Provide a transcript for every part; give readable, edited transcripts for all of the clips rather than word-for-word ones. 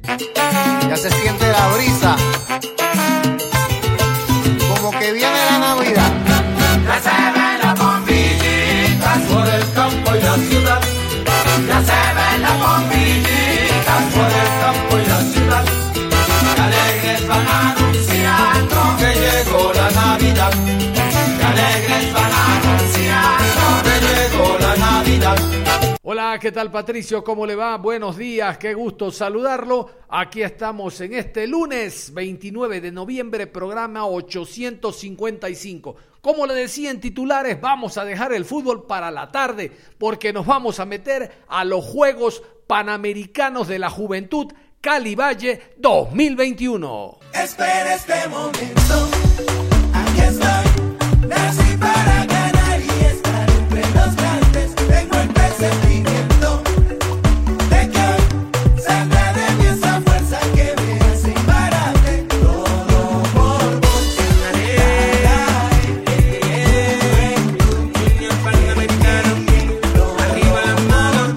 Ya se siente la brisa, como que viene la Navidad. Ya se ven las bombillitas por el campo y la ciudad. Ya se ven las bombillitas por el campo y la ciudad. Qué alegres van anunciando que llegó la Navidad. Qué alegres van anunciando que llegó la Navidad. Hola, ¿qué tal, Patricio? ¿Cómo le va? Buenos días, qué gusto saludarlo. Aquí estamos en este lunes 29 de noviembre, programa 855. Como le decía en titulares, vamos a dejar el fútbol para la tarde porque nos vamos a meter a los Juegos Panamericanos de la Juventud Cali Valle 2021. Espera este momento, aquí estoy, nací para ganar y estar entre los grandes. Tengo el presentimiento de que hoy saldrá de mí esa fuerza que me hace imparable. Todo por vos Junior Panamericano, arriba la mano,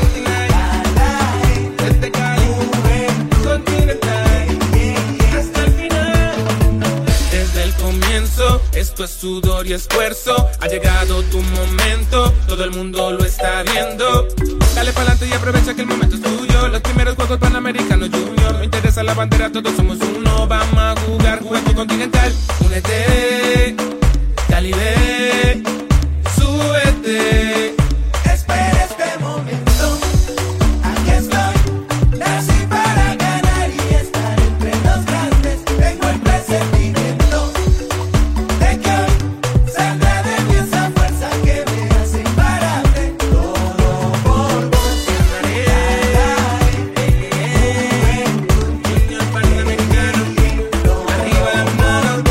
desde Cali, continental, hasta el final. Desde el comienzo, esto es sudor y esfuerzo. Ha llegado tu momento, todo el mundo lo está viendo. Dale pa'lante y aprovecha que el momento es tuyo. Los primeros Juegos Panamericanos Junior. No interesa la bandera, todos somos uno. Vamos a jugar Juventud Continental. Únete, Cali ve, súbete. Espera este momento, aquí estoy, nací para ganar y estar entre los grandes. Tengo el presentimiento de que hoy saldrá de mí esa fuerza que me hace imparable. Todo por vos Junior Panamericano, arriba la mano,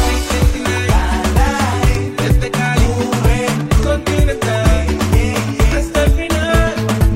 desde Cali, continental, hasta el final.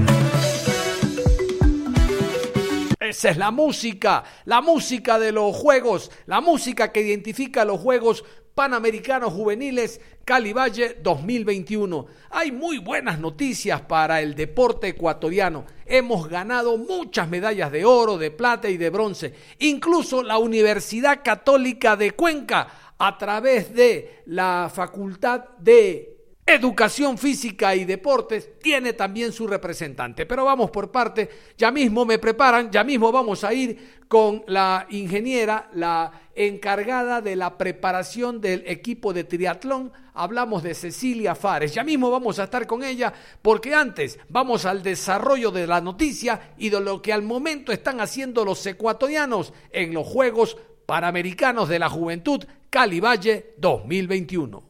Esa es la música de los Juegos, la música que identifica los Juegos Panamericanos Juveniles Cali Valle 2021. Hay muy buenas noticias para el deporte ecuatoriano. Hemos ganado muchas medallas de oro, de plata y de bronce. Incluso la Universidad Católica de Cuenca, a través de la Facultad de Educación Física y Deportes, tiene también su representante. Pero vamos por parte, ya mismo me preparan, ya mismo vamos a ir con la ingeniera, la encargada de la preparación del equipo de triatlón. Hablamos de Cecilia Fares, ya mismo vamos a estar con ella, porque antes vamos al desarrollo de la noticia y de lo que al momento están haciendo los ecuatorianos en los Juegos Panamericanos de la Juventud Cali Valle 2021.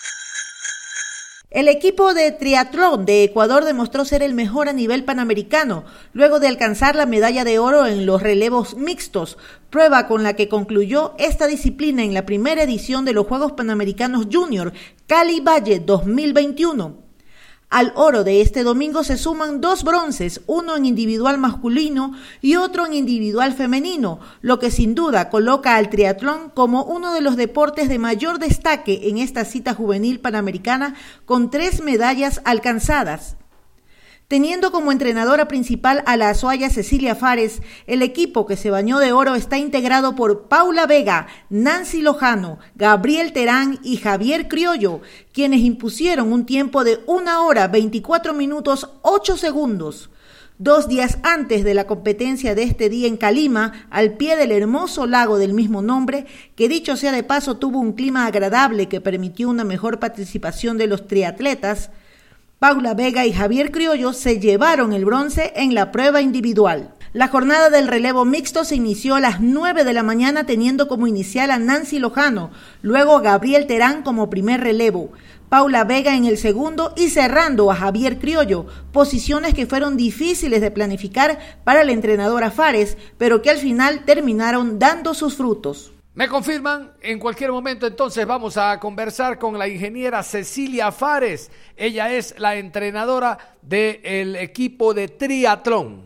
El equipo de triatlón de Ecuador demostró ser el mejor a nivel panamericano, luego de alcanzar la medalla de oro en los relevos mixtos, prueba con la que concluyó esta disciplina en la primera edición de los Juegos Panamericanos Junior Cali Valle 2021. Al oro de este domingo se suman 2 bronces, uno en individual masculino y otro en individual femenino, lo que sin duda coloca al triatlón como uno de los deportes de mayor destaque en esta cita juvenil panamericana, con 3 medallas alcanzadas. Teniendo como entrenadora principal a la azuaya Cecilia Fares, el equipo que se bañó de oro está integrado por Paula Vega, Nancy Lojano, Gabriel Terán y Javier Criollo, quienes impusieron un tiempo de 1 hora 24 minutos 8 segundos. 2 días antes de la competencia de este día en Calima, al pie del hermoso lago del mismo nombre, que dicho sea de paso tuvo un clima agradable que permitió una mejor participación de los triatletas, Paula Vega y Javier Criollo se llevaron el bronce en la prueba individual. La jornada del relevo mixto se inició a las 9 de la mañana teniendo como inicial a Nancy Lojano, luego a Gabriel Terán como primer relevo, Paula Vega en el segundo y cerrando a Javier Criollo, posiciones que fueron difíciles de planificar para la entrenadora Fares, pero que al final terminaron dando sus frutos. Me confirman, en cualquier momento entonces vamos a conversar con la ingeniera Cecilia Fares. Ella es la entrenadora del equipo de triatlón.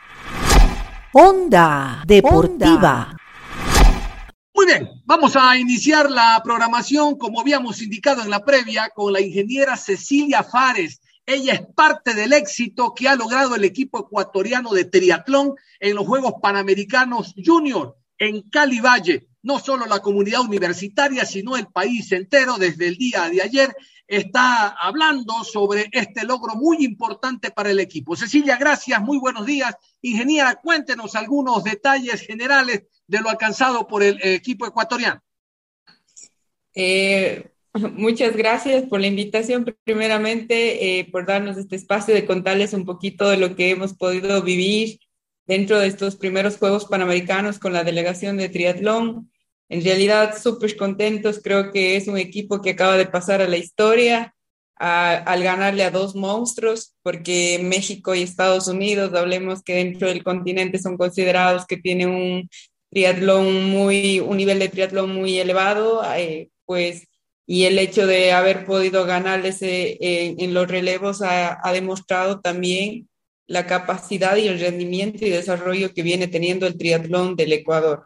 Onda Deportiva. Muy bien, vamos a iniciar la programación como habíamos indicado en la previa con la ingeniera Cecilia Fares. Ella es parte del éxito que ha logrado el equipo ecuatoriano de triatlón en los Juegos Panamericanos Junior en Cali Valle. No solo la comunidad universitaria, sino el país entero desde el día de ayer está hablando sobre este logro muy importante para el equipo. Cecilia, gracias, muy buenos días. Ingeniera, cuéntenos algunos detalles generales de lo alcanzado por el equipo ecuatoriano. Muchas gracias por la invitación, primeramente, por darnos este espacio de contarles un poquito de lo que hemos podido vivir dentro de estos primeros Juegos Panamericanos con la delegación de triatlón. En realidad, súper contentos, creo que es un equipo que acaba de pasar a la historia al ganarle a dos monstruos, porque México y Estados Unidos, hablemos que dentro del continente son considerados que tienen un nivel de triatlón muy elevado, pues, y el hecho de haber podido ganarles en los relevos ha demostrado también la capacidad y el rendimiento y desarrollo que viene teniendo el triatlón del Ecuador.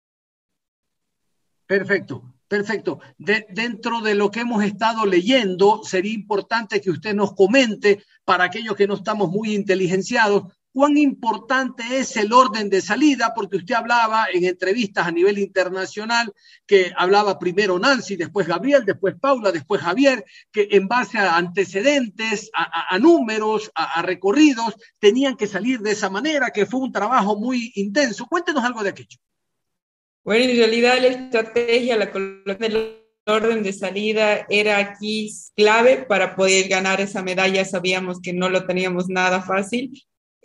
Perfecto, perfecto. Dentro de lo que hemos estado leyendo, sería importante que usted nos comente, para aquellos que no estamos muy inteligenciados, cuán importante es el orden de salida, porque usted hablaba en entrevistas a nivel internacional, que hablaba primero Nancy, después Gabriel, después Paula, después Javier, que en base a antecedentes, a números, a recorridos, tenían que salir de esa manera, que fue un trabajo muy intenso. Cuéntenos algo de aquello. Bueno, en realidad la estrategia, la colocación del orden de salida era aquí clave para poder ganar esa medalla. Sabíamos que no lo teníamos nada fácil.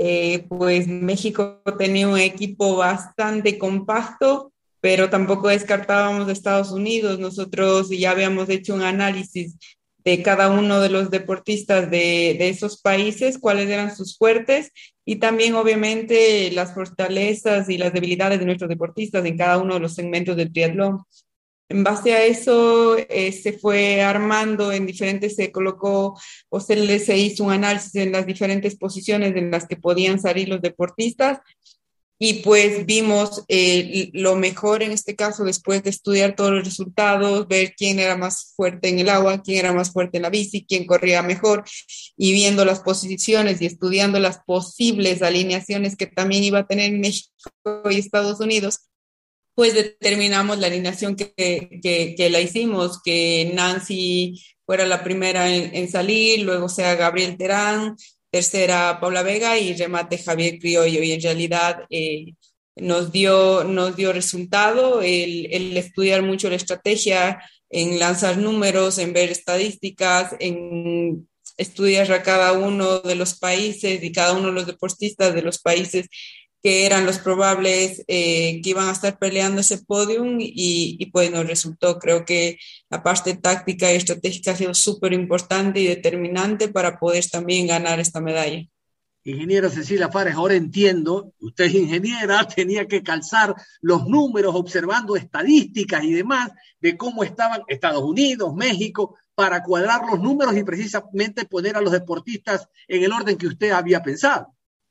Pues México tenía un equipo bastante compacto, pero tampoco descartábamos de Estados Unidos. Nosotros ya habíamos hecho un análisis de cada uno de los deportistas de esos países, cuáles eran sus fuertes y también obviamente las fortalezas y las debilidades de nuestros deportistas en cada uno de los segmentos del triatlón. En base a eso se fue armando se colocó o se hizo un análisis en las diferentes posiciones en las que podían salir los deportistas y pues vimos lo mejor en este caso después de estudiar todos los resultados, ver quién era más fuerte en el agua, quién era más fuerte en la bici, quién corría mejor y viendo las posiciones y estudiando las posibles alineaciones que también iba a tener México y Estados Unidos, pues determinamos la alineación que la hicimos, que Nancy fuera la primera en salir, luego sea Gabriel Terán, tercera Paula Vega y remate Javier Criollo. Y en realidad nos dio resultado el estudiar mucho la estrategia, en lanzar números, en ver estadísticas, en estudiar a cada uno de los países y cada uno de los deportistas de los países que eran los probables que iban a estar peleando ese podium y pues nos resultó. Creo que la parte táctica y estratégica ha sido súper importante y determinante para poder también ganar esta medalla. Ingeniera Cecilia Fares, ahora entiendo, usted es ingeniera, tenía que calzar los números observando estadísticas y demás de cómo estaban Estados Unidos, México, para cuadrar los números y precisamente poner a los deportistas en el orden que usted había pensado.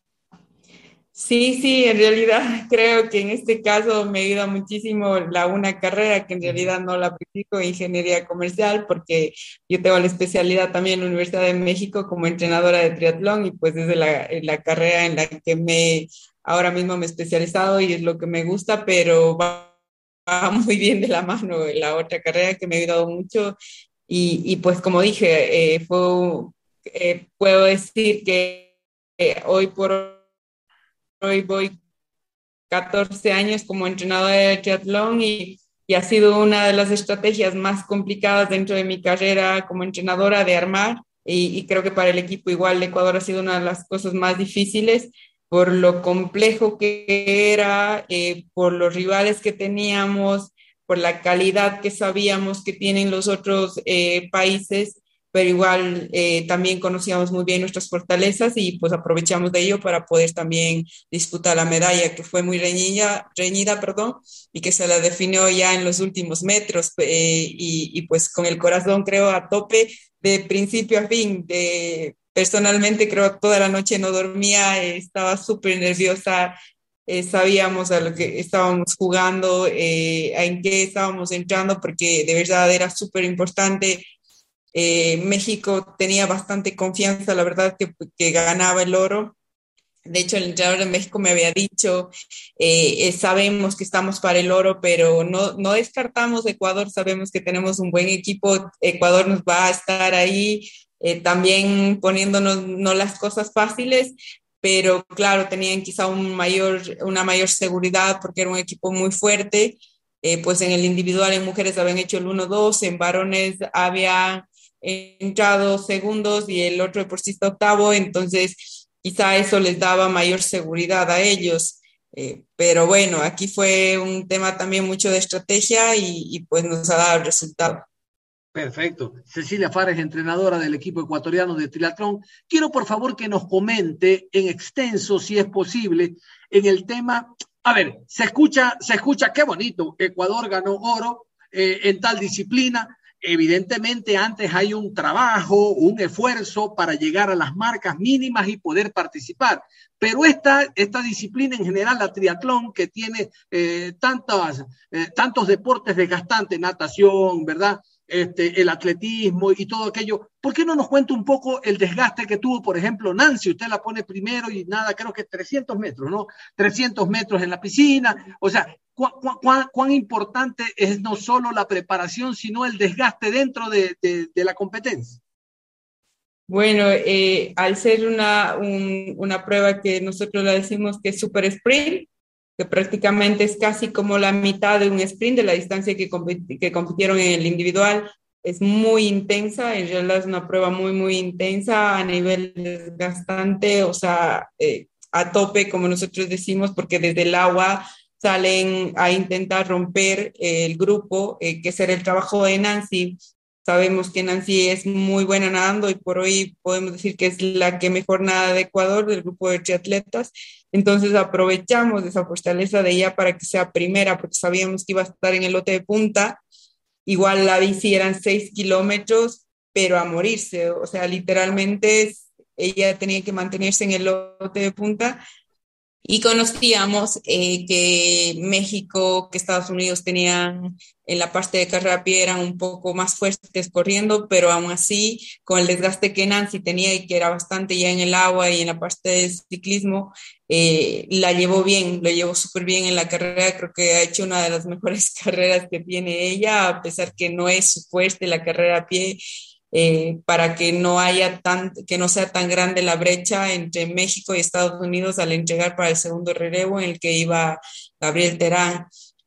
Sí, en realidad creo que en este caso me ayuda muchísimo una carrera que en realidad no la practico, ingeniería comercial, porque yo tengo la especialidad también en la Universidad de México como entrenadora de triatlón y pues es la carrera en la que ahora mismo me he especializado y es lo que me gusta, pero va muy bien de la mano la otra carrera que me ha ayudado mucho y pues como dije, puedo decir que hoy por hoy voy 14 años como entrenadora de triatlón y ha sido una de las estrategias más complicadas dentro de mi carrera como entrenadora de armar y creo que para el equipo igual de Ecuador ha sido una de las cosas más difíciles por lo complejo que era, por los rivales que teníamos, por la calidad que sabíamos que tienen los otros países, pero igual también conocíamos muy bien nuestras fortalezas y pues aprovechamos de ello para poder también disputar la medalla que fue muy reñida, y que se la definió ya en los últimos metros y pues con el corazón creo a tope de principio a fin. Personalmente creo toda la noche no dormía, estaba súper nerviosa. Sabíamos a lo que estábamos jugando, en qué estábamos entrando, porque de verdad era súper importante México tenía bastante confianza, la verdad, que ganaba el oro. De hecho, el entrenador de México me había dicho, sabemos que estamos para el oro, pero no descartamos Ecuador, sabemos que tenemos un buen equipo, Ecuador nos va a estar ahí, también poniéndonos no las cosas fáciles, pero claro, tenían quizá una mayor seguridad porque era un equipo muy fuerte, pues en el individual en mujeres habían hecho el 1-2, en varones había entrado segundos y el otro deportista octavo, entonces quizá eso les daba mayor seguridad a ellos. Pero bueno, aquí fue un tema también mucho de estrategia y pues nos ha dado el resultado. Perfecto. Cecilia Fares, entrenadora del equipo ecuatoriano de triatlón. Quiero por favor que nos comente en extenso, si es posible, en el tema. A ver, se escucha, qué bonito. Ecuador ganó oro en tal disciplina. Evidentemente antes hay un trabajo, un esfuerzo para llegar a las marcas mínimas y poder participar. Pero esta disciplina en general, la triatlón, que tiene tantos deportes desgastantes, natación, ¿verdad? El atletismo y todo aquello. ¿Por qué no nos cuenta un poco el desgaste que tuvo, por ejemplo, Nancy? Usted la pone primero y nada, creo que 300 metros, ¿no? 300 metros en la piscina. O sea, ¿cuán importante es no solo la preparación, sino el desgaste dentro de la competencia? Bueno, al ser una prueba que nosotros la decimos que es super sprint, que prácticamente es casi como la mitad de un sprint de la distancia que compitieron en el individual, es muy intensa, en realidad es una prueba muy, muy intensa a nivel desgastante, o sea, a tope, como nosotros decimos, porque desde el agua salen a intentar romper el grupo, que ese era el trabajo de Nancy. Sabemos que Nancy es muy buena nadando y por hoy podemos decir que es la que mejor nada de Ecuador, del grupo de triatletas. Entonces aprovechamos esa fortaleza de ella para que sea primera, porque sabíamos que iba a estar en el lote de punta. Igual la bici eran 6 kilómetros, pero a morirse. O sea, literalmente ella tenía que mantenerse en el lote de punta. Y conocíamos que México, que Estados Unidos tenían en la parte de carrera a pie, eran un poco más fuertes corriendo, pero aún así, con el desgaste que Nancy tenía y que era bastante ya en el agua y en la parte de ciclismo, la llevó bien, lo llevó súper bien en la carrera. Creo que ha hecho una de las mejores carreras que tiene ella, a pesar que no es su fuerte la carrera a pie. Para que que no sea tan grande la brecha entre México y Estados Unidos al entregar para el segundo relevo en el que iba Gabriel Terán.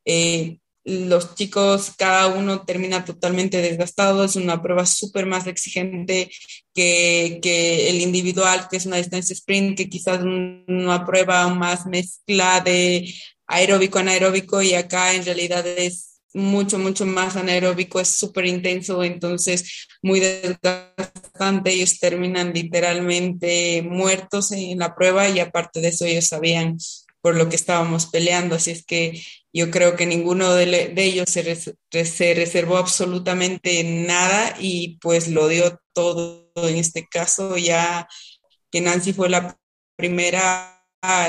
Los chicos, cada uno termina totalmente desgastado, es una prueba súper más exigente que el individual, que es una distancia sprint, que quizás una prueba más mezcla de aeróbico anaeróbico, y acá en realidad es mucho, mucho más anaeróbico, es súper intenso, entonces muy desgastante. Ellos terminan literalmente muertos en la prueba y aparte de eso ellos sabían por lo que estábamos peleando, así es que yo creo que ninguno de ellos se reservó absolutamente nada y pues lo dio todo. En este caso, ya que Nancy fue la primera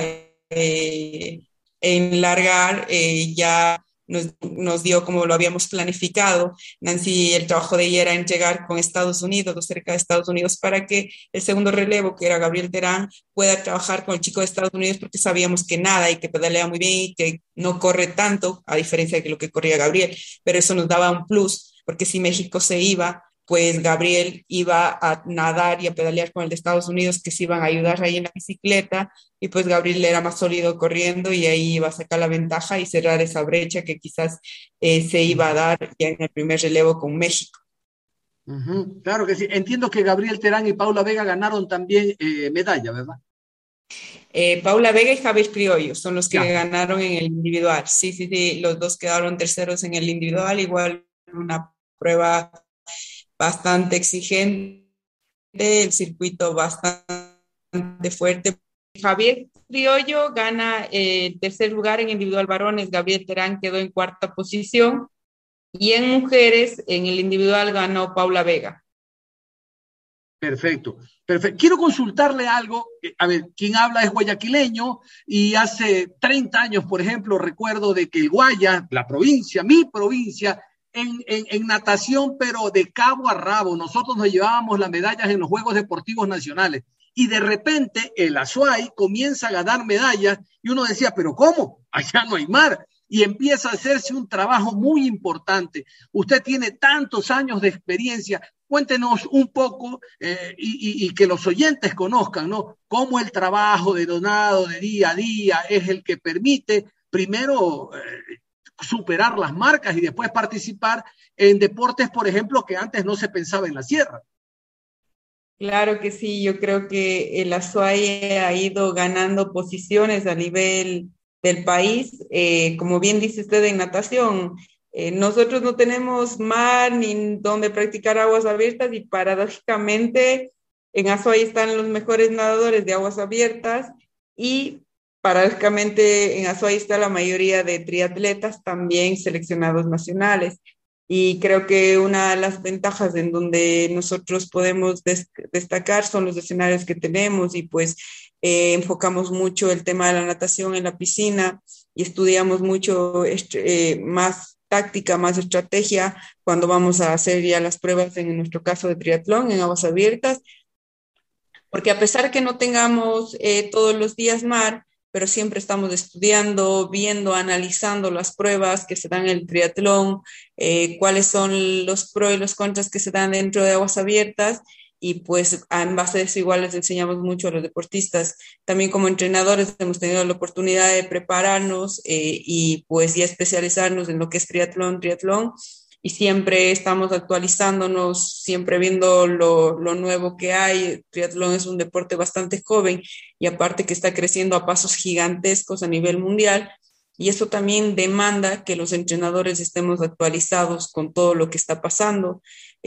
en largar, ya nos dio como lo habíamos planificado. Nancy, el trabajo de ella era en llegar con Estados Unidos o cerca de Estados Unidos para que el segundo relevo, que era Gabriel Terán, pueda trabajar con el chico de Estados Unidos, porque sabíamos que nada y que pedalea muy bien y que no corre tanto, a diferencia de lo que corría Gabriel, pero eso nos daba un plus, porque si México se iba, pues Gabriel iba a nadar y a pedalear con el de Estados Unidos, que se iban a ayudar ahí en la bicicleta, y pues Gabriel era más sólido corriendo y ahí iba a sacar la ventaja y cerrar esa brecha que quizás se iba a dar ya en el primer relevo con México. Claro que sí. Entiendo que Gabriel Terán y Paula Vega ganaron también medalla, ¿verdad? Paula Vega y Javier Criollo son los que ganaron en el individual. Sí, los dos quedaron terceros en el individual, igual una prueba bastante exigente, el circuito bastante fuerte. Javier Criollo gana el tercer lugar en individual varones, Gabriel Terán quedó en cuarta posición y en mujeres, en el individual ganó Paula Vega. Perfecto. Quiero consultarle algo. A ver, quien habla es guayaquileño y hace 30 años, por ejemplo, recuerdo de que el Guaya, la provincia, mi provincia, en natación, pero de cabo a rabo. Nosotros nos llevábamos las medallas en los Juegos Deportivos Nacionales. Y de repente el Azuay comienza a ganar medallas y uno decía, ¿pero cómo? Allá no hay mar. Y empieza a hacerse un trabajo muy importante. Usted tiene tantos años de experiencia. Cuéntenos un poco y que los oyentes conozcan, ¿no? Cómo el trabajo de Donado de día a día es el que permite primero superar las marcas y después participar en deportes, por ejemplo, que antes no se pensaba en la sierra. Claro que sí, yo creo que el Azuay ha ido ganando posiciones a nivel del país. Como bien dice usted en natación, nosotros no tenemos mar ni donde practicar aguas abiertas y paradójicamente en Azuay están los mejores nadadores de aguas abiertas y paradójicamente en Azuay está la mayoría de triatletas también seleccionados nacionales. Y creo que una de las ventajas en donde nosotros podemos destacar son los escenarios que tenemos y pues enfocamos mucho el tema de la natación en la piscina y estudiamos mucho más táctica, más estrategia cuando vamos a hacer ya las pruebas, en nuestro caso de triatlón, en aguas abiertas, porque a pesar que no tengamos todos los días mar, pero siempre estamos estudiando, viendo, analizando las pruebas que se dan en el triatlón, cuáles son los pros y los contras que se dan dentro de aguas abiertas, y pues en base a eso igual les enseñamos mucho a los deportistas. También como entrenadores hemos tenido la oportunidad de prepararnos y pues ya especializarnos en lo que es triatlón, y siempre estamos actualizándonos, siempre viendo lo nuevo que hay. El triatlón es un deporte bastante joven y aparte que está creciendo a pasos gigantescos a nivel mundial, y eso también demanda que los entrenadores estemos actualizados con todo lo que está pasando.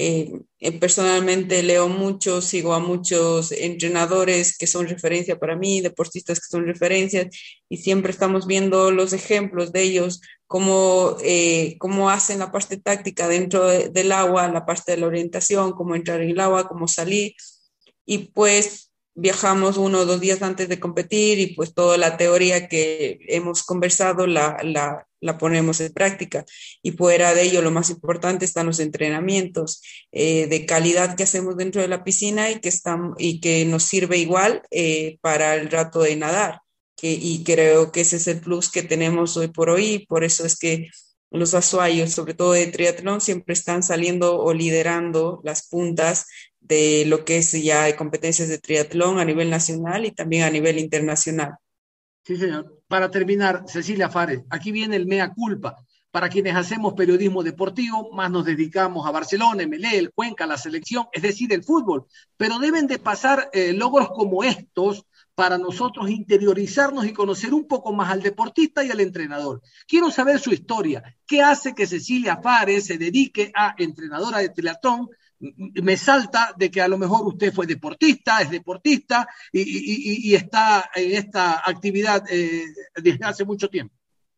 Personalmente leo mucho, sigo a muchos entrenadores que son referencia para mí, deportistas que son referencias, y siempre estamos viendo los ejemplos de ellos, cómo hacen la parte táctica dentro del agua, la parte de la orientación, cómo entrar en el agua, cómo salir, y pues viajamos 1 o 2 días antes de competir y pues toda la teoría que hemos conversado la ponemos en práctica. Y fuera de ello, lo más importante están los entrenamientos de calidad que hacemos dentro de la piscina y que nos sirve igual para el rato de nadar. Y creo que ese es el plus que tenemos hoy por hoy. Por eso es que los azuayos, sobre todo de triatlón, siempre están saliendo o liderando las puntas de lo que es ya de competencias de triatlón a nivel nacional y también a nivel internacional. Sí, señor. Para terminar, Cecilia Fares, aquí viene el mea culpa. Para quienes hacemos periodismo deportivo, más nos dedicamos a Barcelona, MLE, el Cuenca, la selección, es decir, el fútbol. Pero deben de pasar logros como estos para nosotros interiorizarnos y conocer un poco más al deportista y al entrenador. Quiero saber su historia. ¿Qué hace que Cecilia Fares se dedique a entrenadora de triatlón? Me salta de que a lo mejor usted fue deportista, es deportista y está en esta actividad desde hace mucho tiempo.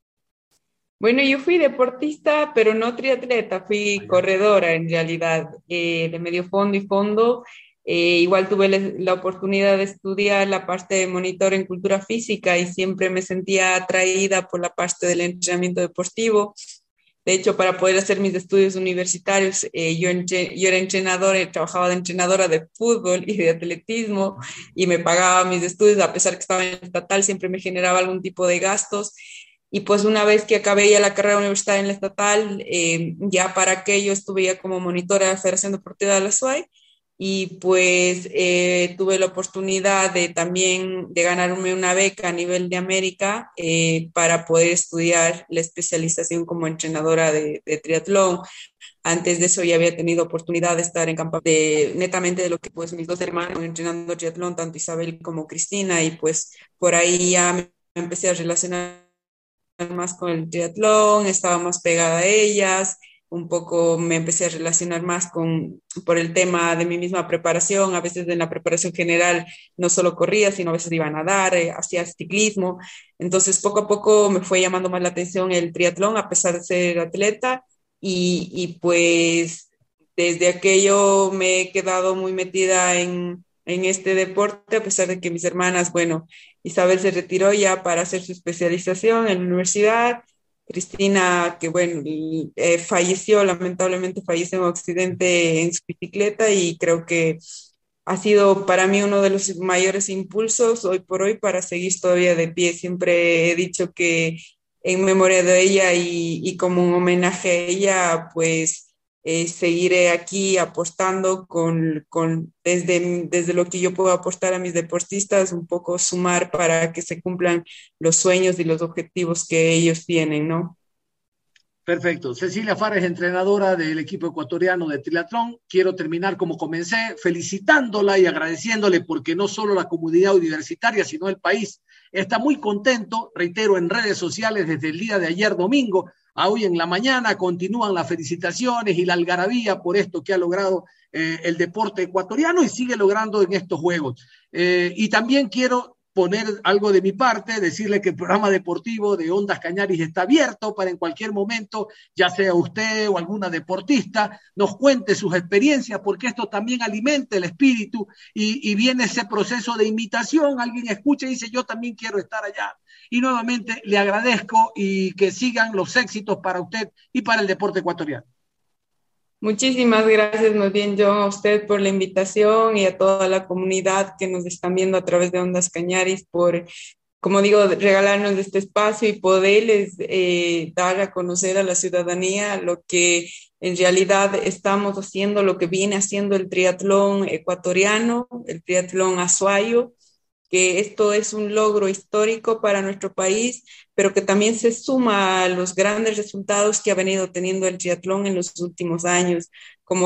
Bueno, yo fui deportista, pero no triatleta, fui corredora en realidad, de medio fondo y fondo. Igual tuve la oportunidad de estudiar la parte de monitor en cultura física y siempre me sentía atraída por la parte del entrenamiento deportivo. De hecho, para poder hacer mis estudios universitarios, yo era entrenadora, trabajaba de entrenadora de fútbol y de atletismo y me pagaba mis estudios, a pesar que estaba en el estatal, siempre me generaba algún tipo de gastos. Y pues una vez que acabé ya la carrera universitaria en la estatal, ya para aquello estuve ya como monitora de la Federación Deportiva de la SUAY y pues tuve la oportunidad de también de ganarme una beca a nivel de América para poder estudiar la especialización como entrenadora de triatlón. Antes de eso ya había tenido oportunidad de estar en campamento netamente de lo que pues mis 2 hermanos entrenando triatlón, tanto Isabel como Cristina, y pues por ahí ya me empecé a relacionar más con el triatlón, estaba más pegada a ellas, un poco me empecé a relacionar más por el tema de mi misma preparación. A veces en la preparación general no solo corría, sino a veces iba a nadar, hacía ciclismo. Entonces poco a poco me fue llamando más la atención el triatlón, a pesar de ser atleta, y pues desde aquello me he quedado muy metida en este deporte, a pesar de que mis hermanas, bueno, Isabel se retiró ya para hacer su especialización en la universidad, Cristina, que bueno, falleció, lamentablemente falleció en un accidente en su bicicleta, y creo que ha sido para mí uno de los mayores impulsos hoy por hoy para seguir todavía de pie. Siempre he dicho que en memoria de ella y como un homenaje a ella, pues seguiré aquí apostando desde lo que yo puedo aportar a mis deportistas, un poco sumar para que se cumplan los sueños y los objetivos que ellos tienen, ¿no? Perfecto. Cecilia Fares, entrenadora del equipo ecuatoriano de triatlón. Quiero terminar como comencé, felicitándola y agradeciéndole, porque no solo la comunidad universitaria, sino el país está muy contento, reitero, en redes sociales desde el día de ayer domingo a hoy en la mañana continúan las felicitaciones y la algarabía por esto que ha logrado el deporte ecuatoriano y sigue logrando en estos Juegos. Y también quiero poner algo de mi parte, decirle que el programa deportivo de Ondas Cañaris está abierto para en cualquier momento, ya sea usted o alguna deportista, nos cuente sus experiencias, porque esto también alimenta el espíritu y viene ese proceso de imitación. Alguien escucha y dice, yo también quiero estar allá. Y nuevamente le agradezco y que sigan los éxitos para usted y para el deporte ecuatoriano. Muchísimas gracias, más bien yo a usted por la invitación y a toda la comunidad que nos están viendo a través de Ondas Cañaris por, como digo, regalarnos este espacio y poderles dar a conocer a la ciudadanía lo que en realidad estamos haciendo, lo que viene haciendo el triatlón ecuatoriano, el triatlón azuayo, que esto es un logro histórico para nuestro país, pero que también se suma a los grandes resultados que ha venido teniendo el triatlón en los últimos años, como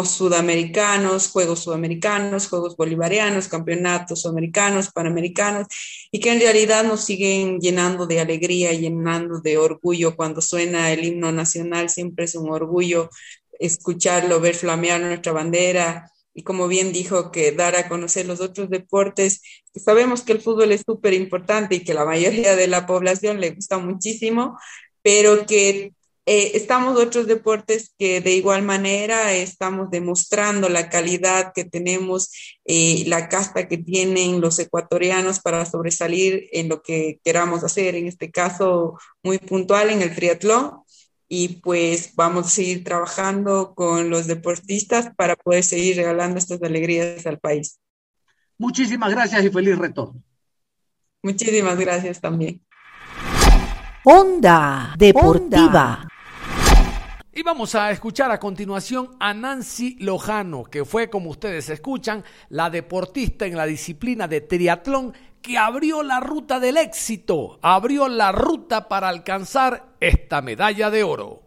Juegos Sudamericanos, Juegos Bolivarianos, Campeonatos Sudamericanos, Panamericanos, y que en realidad nos siguen llenando de alegría, llenando de orgullo. Cuando suena el himno nacional siempre es un orgullo escucharlo, ver flamear nuestra bandera. Y como bien dijo, que dar a conocer los otros deportes, que sabemos que el fútbol es súper importante y que la mayoría de la población le gusta muchísimo, pero que estamos otros deportes que de igual manera estamos demostrando la calidad que tenemos, la casta que tienen los ecuatorianos para sobresalir en lo que queramos hacer, en este caso muy puntual en el triatlón. Y pues vamos a seguir trabajando con los deportistas para poder seguir regalando estas alegrías al país. Muchísimas gracias y feliz retorno. Muchísimas gracias también. Onda Deportiva. Y vamos a escuchar a continuación a Nancy Lojano, que fue, como ustedes escuchan, la deportista en la disciplina de triatlón que abrió la ruta del éxito, abrió la ruta para alcanzar esta medalla de oro.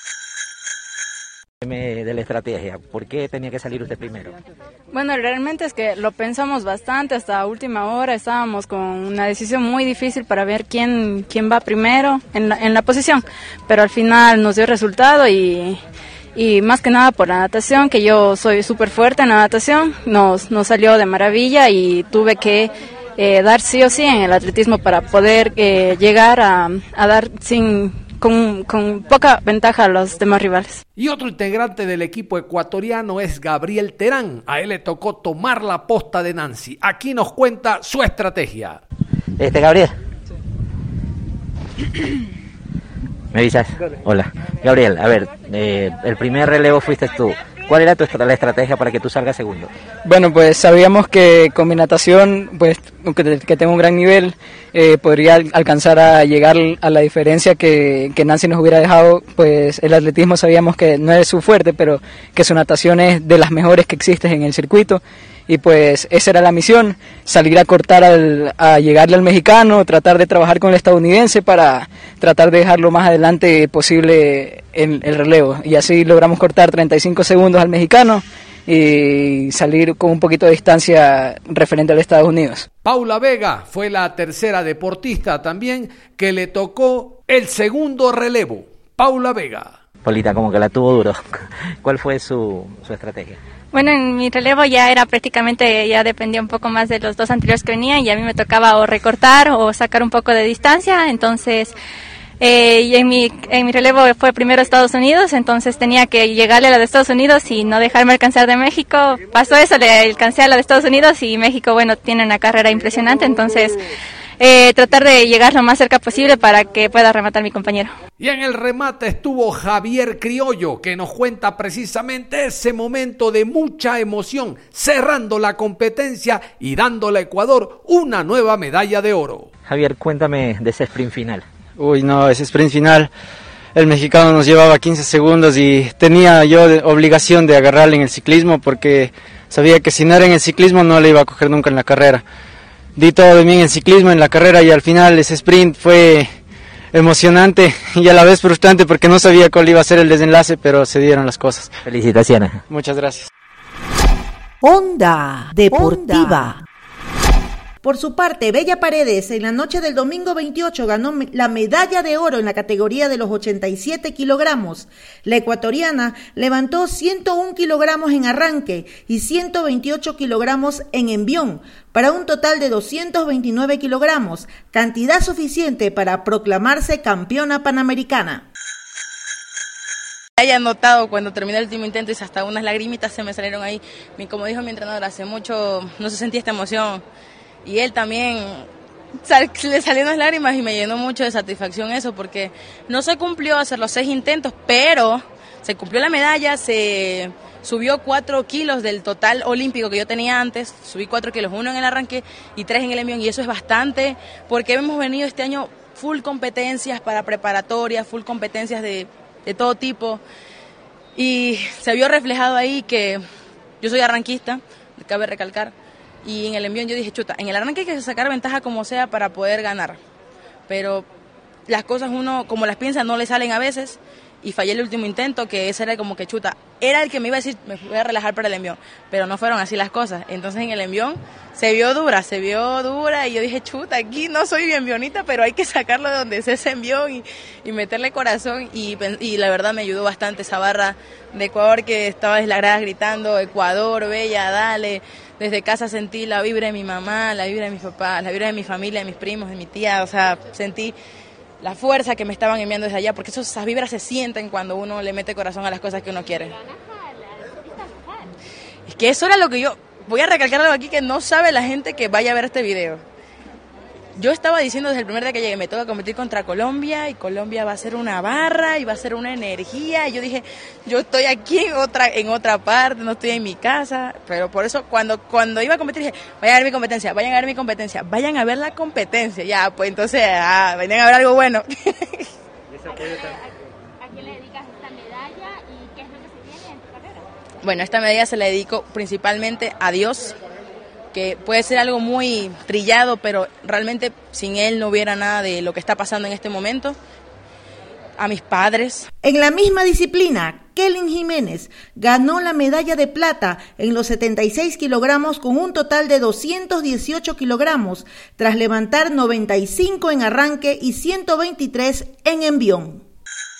De la estrategia, ¿por qué tenía que salir usted primero? Bueno, realmente es que lo pensamos bastante, hasta última hora estábamos con una decisión muy difícil para ver quién va primero en la posición, pero al final nos dio el resultado y más que nada por la natación, que yo soy súper fuerte en la natación, nos salió de maravilla y tuve que dar sí o sí en el atletismo para poder llegar a dar con poca ventaja a los demás rivales. Y otro integrante del equipo ecuatoriano es Gabriel Terán. A él le tocó tomar la posta de Nancy. Aquí nos cuenta su estrategia. Gabriel. ¿Me avisas? Hola. Gabriel, a ver, el primer relevo fuiste tú. ¿Cuál era la estrategia para que tú salgas segundo? Bueno, pues sabíamos que con mi natación, pues que tengo un gran nivel, podría alcanzar a llegar a la diferencia que Nancy nos hubiera dejado. Pues el atletismo sabíamos que no es su fuerte, pero que su natación es de las mejores que existen en el circuito. Y pues esa era la misión, salir a cortar a llegarle al mexicano, tratar de trabajar con el estadounidense para tratar de dejar lo más adelante posible el relevo. Y así logramos cortar 35 segundos al mexicano y salir con un poquito de distancia referente al Estados Unidos. Paula Vega fue la tercera deportista también que le tocó el segundo relevo. Paula Vega. Paulita, como que la tuvo duro. ¿Cuál fue su estrategia? Bueno, en mi relevo ya era prácticamente, ya dependía un poco más de los dos anteriores que venían y a mí me tocaba o recortar o sacar un poco de distancia, entonces y en mi relevo fue primero Estados Unidos, entonces tenía que llegarle a la de Estados Unidos y no dejarme alcanzar de México. Pasó eso, le alcancé a la de Estados Unidos y México, bueno, tiene una carrera impresionante, entonces tratar de llegar lo más cerca posible para que pueda rematar mi compañero. Y en el remate estuvo Javier Criollo, que nos cuenta precisamente ese momento de mucha emoción, cerrando la competencia y dándole a Ecuador una nueva medalla de oro. Javier, cuéntame de ese sprint final. Uy, no, ese sprint final, el mexicano nos llevaba 15 segundos y tenía yo obligación de agarrarle en el ciclismo porque sabía que si no era en el ciclismo no le iba a coger nunca en la carrera. Di todo de mí en el ciclismo, en la carrera, y al final ese sprint fue emocionante y a la vez frustrante porque no sabía cuál iba a ser el desenlace, pero se dieron las cosas. Felicitaciones. Muchas gracias. Onda Deportiva. Por su parte, Bella Paredes en la noche del domingo 28 ganó la medalla de oro en la categoría de los 87 kilogramos. La ecuatoriana levantó 101 kilogramos en arranque y 128 kilogramos en envión, para un total de 229 kilogramos, cantidad suficiente para proclamarse campeona panamericana. Haya notado cuando terminé el último intento y hasta unas lagrimitas se me salieron ahí. Como dijo mi entrenador, hace mucho no se sentía esta emoción. Y él también le salieron unas lágrimas y me llenó mucho de satisfacción eso, porque no se cumplió hacer los 6 intentos, pero se cumplió la medalla, se subió 4 kilos del total olímpico que yo tenía antes, subí 4 kilos, 1 en el arranque y 3 en el envión, y eso es bastante, porque hemos venido este año full competencias para preparatorias, full competencias de todo tipo, y se vio reflejado ahí que yo soy arranquista, cabe recalcar. Y en el envión yo dije, chuta, en el arranque hay que sacar ventaja como sea para poder ganar. Pero las cosas uno, como las piensa, no le salen a veces. Y fallé el último intento, que ese era como que chuta. Era el que me iba a decir, me voy a relajar para el envión. Pero no fueron así las cosas. Entonces en el envión se vio dura. Y yo dije, chuta, aquí no soy bien envionita, pero hay que sacarlo de donde es ese envión y meterle corazón. Y la verdad me ayudó bastante esa barra de Ecuador que estaba en las gradas gritando, Ecuador, Bella, dale. Desde casa sentí la vibra de mi mamá, la vibra de mis papás, la vibra de mi familia, de mis primos, de mi tía. O sea, sentí la fuerza que me estaban enviando desde allá, porque esas vibras se sienten cuando uno le mete corazón a las cosas que uno quiere. Es que eso era lo que yo... Voy a recalcar algo aquí que no sabe la gente que vaya a ver este video. Yo estaba diciendo desde el primer día que llegué, me toca competir contra Colombia, y Colombia va a ser una barra, y va a ser una energía, y yo dije, yo estoy aquí en otra parte, no estoy en mi casa, pero por eso cuando iba a competir dije, vayan a ver mi competencia, vayan a ver la competencia, ya, pues entonces, venían a ver algo bueno. ¿A quién le dedicas esta medalla y qué es lo que se viene en tu carrera? Bueno, esta medalla se la dedico principalmente a Dios, que puede ser algo muy trillado, pero realmente sin él no hubiera nada de lo que está pasando en este momento. A mis padres. En la misma disciplina, Kellen Jiménez ganó la medalla de plata en los 76 kilogramos con un total de 218 kilogramos, tras levantar 95 en arranque y 123 en envión.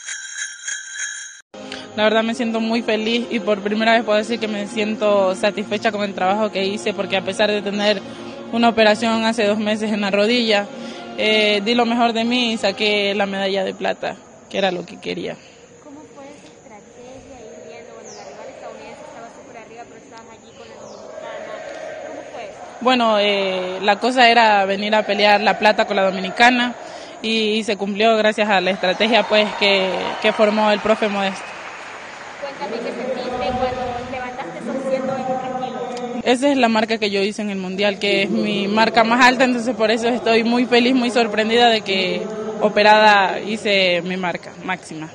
La verdad me siento muy feliz y por primera vez puedo decir que me siento satisfecha con el trabajo que hice, porque a pesar de tener una operación hace 2 meses en la rodilla, di lo mejor de mí y saqué la medalla de plata, que era lo que quería. ¿Cómo fue esa estrategia ir viendo? Bueno, la rival estadounidense estaba súper arriba, pero estabas allí con la dominicana. ¿Cómo fue eso? Bueno, la cosa era venir a pelear la plata con la dominicana y se cumplió gracias a la estrategia pues que formó el profe Modesto. Cuéntame qué sentiste cuando levantaste esos 123 kilos. Esa es la marca que yo hice en el Mundial, que es mi marca más alta, entonces por eso estoy muy feliz, muy sorprendida de que operada hice mi marca máxima.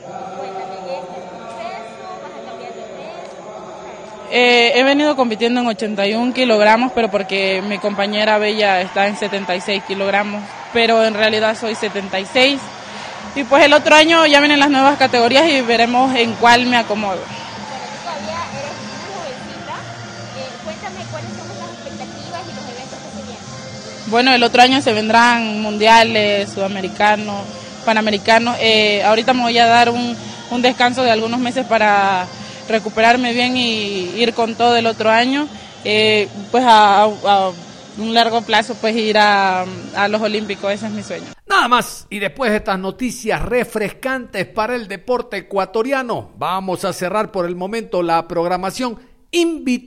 He venido compitiendo en 81 kilogramos, pero porque mi compañera Bella está en 76 kilogramos, pero en realidad soy 76. Y pues el otro año ya vienen las nuevas categorías y veremos en cuál me acomodo. Bueno, tú todavía eres una jovencita. Cuéntame cuáles son las expectativas y los eventos que se vienen. Bueno, el otro año se vendrán mundiales, sudamericanos, panamericanos. Ahorita me voy a dar un descanso de algunos meses para recuperarme bien y ir con todo el otro año. Pues a un largo plazo pues ir a los Olímpicos, ese es mi sueño. Nada más, y después de estas noticias refrescantes para el deporte ecuatoriano, vamos a cerrar por el momento la programación,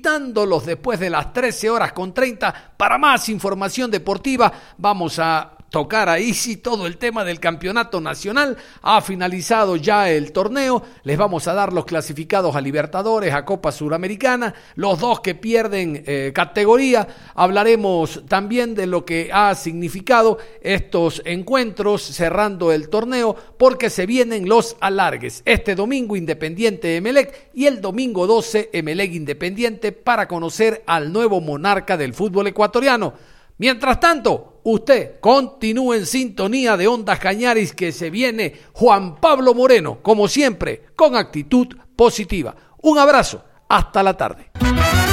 invitándolos después de las 13:30 para más información deportiva. Vamos a tocar ahí sí todo el tema del campeonato nacional. Ha finalizado ya el torneo. Les vamos a dar los clasificados a Libertadores, a Copa Suramericana, los dos que pierden categoría. Hablaremos también de lo que ha significado estos encuentros cerrando el torneo, porque se vienen los alargues. Este domingo Independiente Emelec y el domingo 12 Emelec Independiente para conocer al nuevo monarca del fútbol ecuatoriano. Mientras tanto, usted continúe en sintonía de Ondas Cañaris, que se viene Juan Pablo Moreno, como siempre, con actitud positiva. Un abrazo, hasta la tarde.